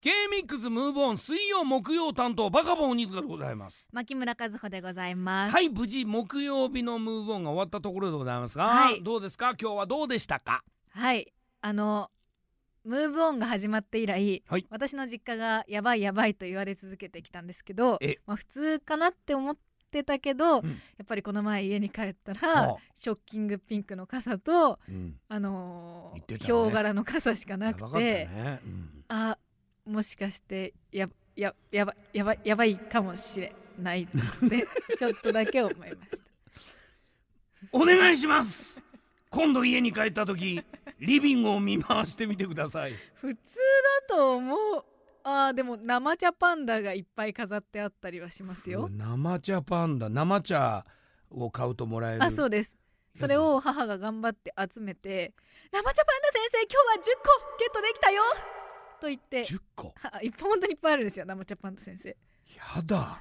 K-MIX ムーブオン水曜木曜担当バカボン鬼塚でございます。 牧村和穂でございます。 はい、無事木曜日のムーブオンが終わったところでございますが、 はい、 どうですか、今日はどうでしたか。 はい、ムーブオンが始まって以来、 はい、 私の実家がやばいやばいと言われ続けてきたんですけど、普通かなって思ってたけど、やっぱりこの前家に帰ったら、ショッキングピンクの傘と、ヒョウ柄の傘しかなくて、もしかしてやばいかもしれないってちょっとだけ思いました。 お願いします。今度家に帰った時リビングを見回してみてください。 普通だと思う。でも生茶パンダがいっぱい飾ってあったりはしますよ。 生茶パンダ、生茶を買うともらえる。 そうです。それを母が頑張って集めて、生茶パンダ先生今日は10個ゲットできたよと言って、 10個本当にいっぱいあるんですよ、生茶パンダ先生。 やだ。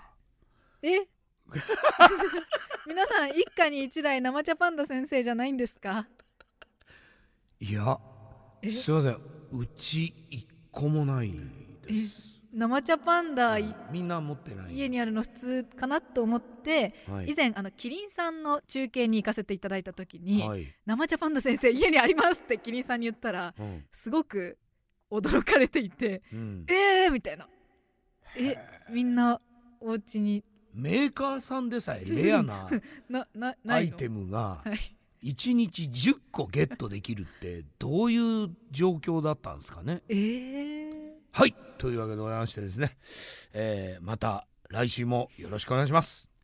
皆さん一家に一台生茶パンダ先生じゃないんですか。 いや、すいません、うち1個もないです。 生茶パンダ、 みんな持ってない。 家にあるの普通かなと思って、以前キリンさんの中継に行かせていただいた時に、生茶パンダ先生家にありますってキリンさんに言ったら、すごく驚かれていて、みたいな。みんなお家に。 メーカーさんでさえレアなアイテムが1日10個ゲットできるってどういう状況だったんですかね。はい、というわけでございましてですね、また来週もよろしくお願いします。